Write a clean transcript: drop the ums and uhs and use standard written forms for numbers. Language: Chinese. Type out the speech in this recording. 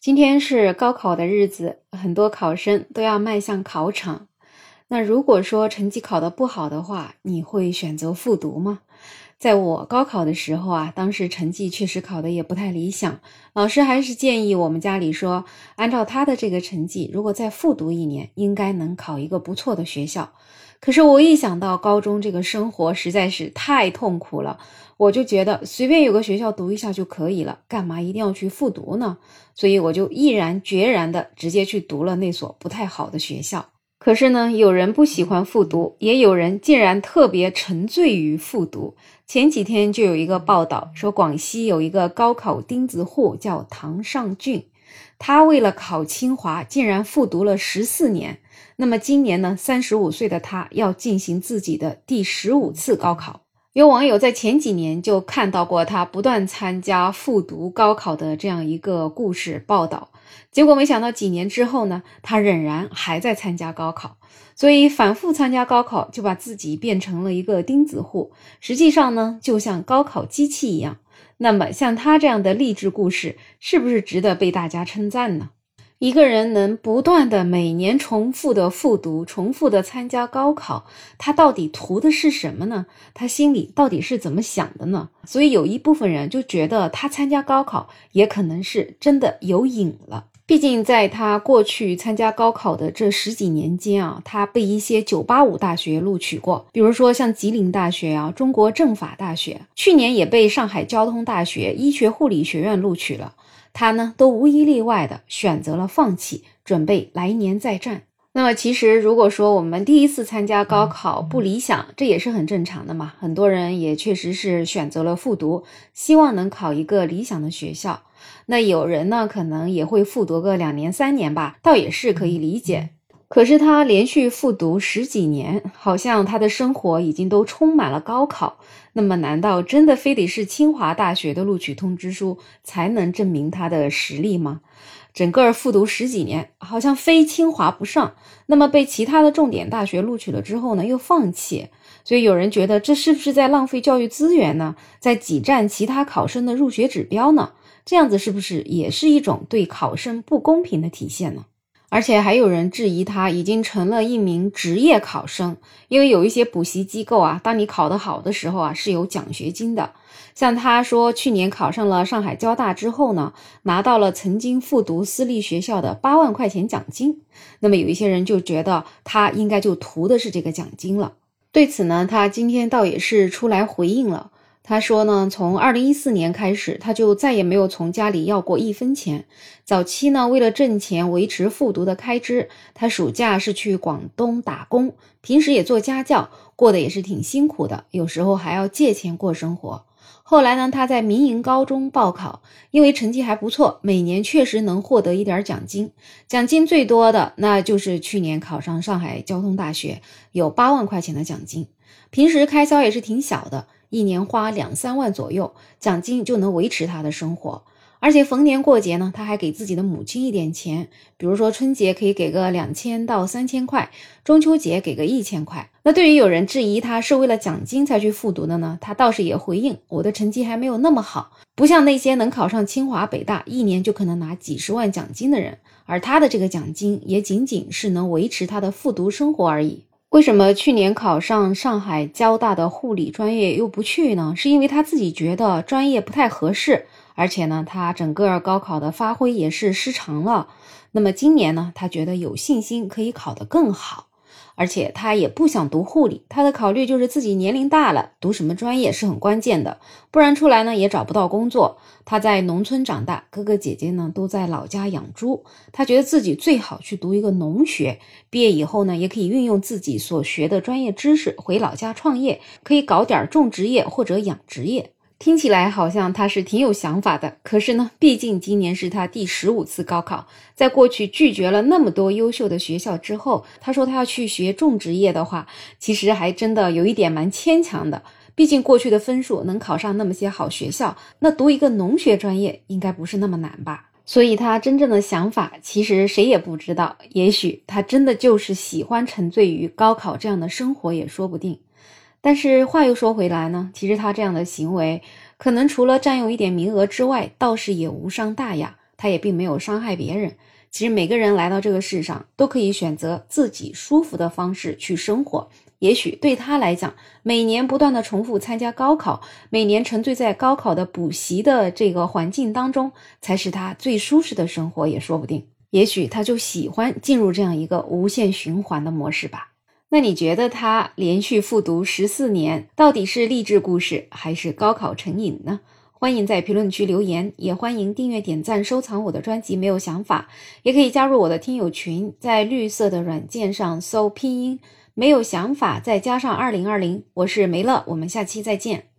今天是高考的日子，很多考生都要迈向考场。那如果说成绩考得不好的话，你会选择复读吗？在我高考的时候啊，当时成绩确实考得也不太理想，老师还是建议我们家里说，按照他的这个成绩，如果再复读1年，应该能考一个不错的学校。可是我一想到高中这个生活实在是太痛苦了，我就觉得随便有个学校读一下就可以了，干嘛一定要去复读呢？所以我就毅然决然的直接去读了那所不太好的学校。可是呢，有人不喜欢复读，也有人竟然特别沉醉于复读。前几天就有一个报道说，广西有一个高考钉子户叫唐尚俊，他为了考清华竟然复读了14年。那么今年呢，35岁的他要进行自己的第15次高考。有网友在前几年就看到过他不断参加复读高考的这样一个故事报道，结果没想到几年之后呢，他仍然还在参加高考，所以反复参加高考就把自己变成了一个钉子户，实际上呢，就像高考机器一样。那么像他这样的励志故事，是不是值得被大家称赞呢？一个人能不断的每年重复的复读，重复的参加高考，他到底图的是什么呢？他心里到底是怎么想的呢？所以有一部分人就觉得他参加高考也可能是真的有瘾了。毕竟在他过去参加高考的这10几年间啊，他被一些985大学录取过，比如说像吉林大学啊、中国政法大学，去年也被上海交通大学医学护理学院录取了。他呢都无一例外的选择了放弃，准备来年再战。那么其实如果说我们第一次参加高考不理想，这也是很正常的嘛，很多人也确实是选择了复读，希望能考一个理想的学校。那有人呢可能也会复读个2年3年吧，倒也是可以理解。可是他连续复读10几年，好像他的生活已经都充满了高考。那么难道真的非得是清华大学的录取通知书才能证明他的实力吗？整个复读10几年，好像非清华不上，那么被其他的重点大学录取了之后呢，又放弃。所以有人觉得这是不是在浪费教育资源呢？在挤占其他考生的入学指标呢？这样子是不是也是一种对考生不公平的体现呢？而且还有人质疑他已经成了一名职业考生，因为有一些补习机构啊，当你考得好的时候啊，是有奖学金的。像他说去年考上了上海交大之后呢，拿到了曾经复读私立学校的8万块钱奖金。那么有一些人就觉得他应该就图的是这个奖金了。对此呢，他今天倒也是出来回应了。他说呢，从2014年开始，他就再也没有从家里要过1分钱。早期呢，为了挣钱维持复读的开支，他暑假是去广东打工，平时也做家教，过得也是挺辛苦的，有时候还要借钱过生活。后来呢，他在民营高中报考，因为成绩还不错，每年确实能获得一点奖金。奖金最多的那就是去年考上上海交通大学，有8万块钱的奖金。平时开销也是挺小的，一年花2、3万左右，奖金就能维持他的生活。而且逢年过节呢，他还给自己的母亲一点钱，比如说春节可以给个2000到3000块，中秋节给个1000块。那对于有人质疑他是为了奖金才去复读的呢，他倒是也回应，我的成绩还没有那么好，不像那些能考上清华北大一年就可能拿几十万奖金的人，而他的这个奖金也仅仅是能维持他的复读生活而已。为什么去年考上上海交大的护理专业又不去呢？是因为他自己觉得专业不太合适，而且呢，他整个高考的发挥也是失常了。那么今年呢，他觉得有信心可以考得更好，而且他也不想读护理，他的考虑就是自己年龄大了，读什么专业是很关键的，不然出来呢也找不到工作。他在农村长大，哥哥姐姐呢都在老家养猪，他觉得自己最好去读一个农学，毕业以后呢也可以运用自己所学的专业知识回老家创业，可以搞点种植业或者养殖业。听起来好像他是挺有想法的，可是呢，毕竟今年是他第15次高考，在过去拒绝了那么多优秀的学校之后，他说他要去学种植业的话，其实还真的有一点蛮牵强的。毕竟过去的分数能考上那么些好学校，那读一个农学专业应该不是那么难吧。所以他真正的想法其实谁也不知道，也许他真的就是喜欢沉醉于高考这样的生活也说不定。但是话又说回来呢，其实他这样的行为可能除了占用一点名额之外，倒是也无伤大雅， 他也并没有伤害别人。其实每个人来到这个世上都可以选择自己舒服的方式去生活，也许对他来讲，每年不断的重复参加高考，每年沉醉在高考的补习的这个环境当中，才是他最舒适的生活也说不定。也许他就喜欢进入这样一个无限循环的模式吧。那你觉得他连续复读14年，到底是励志故事还是高考成瘾呢？欢迎在评论区留言，也欢迎订阅、点赞、收藏我的专辑。没有想法，也可以加入我的听友群，在绿色的软件上搜拼音没有想法，再加上2020。我是梅乐，我们下期再见。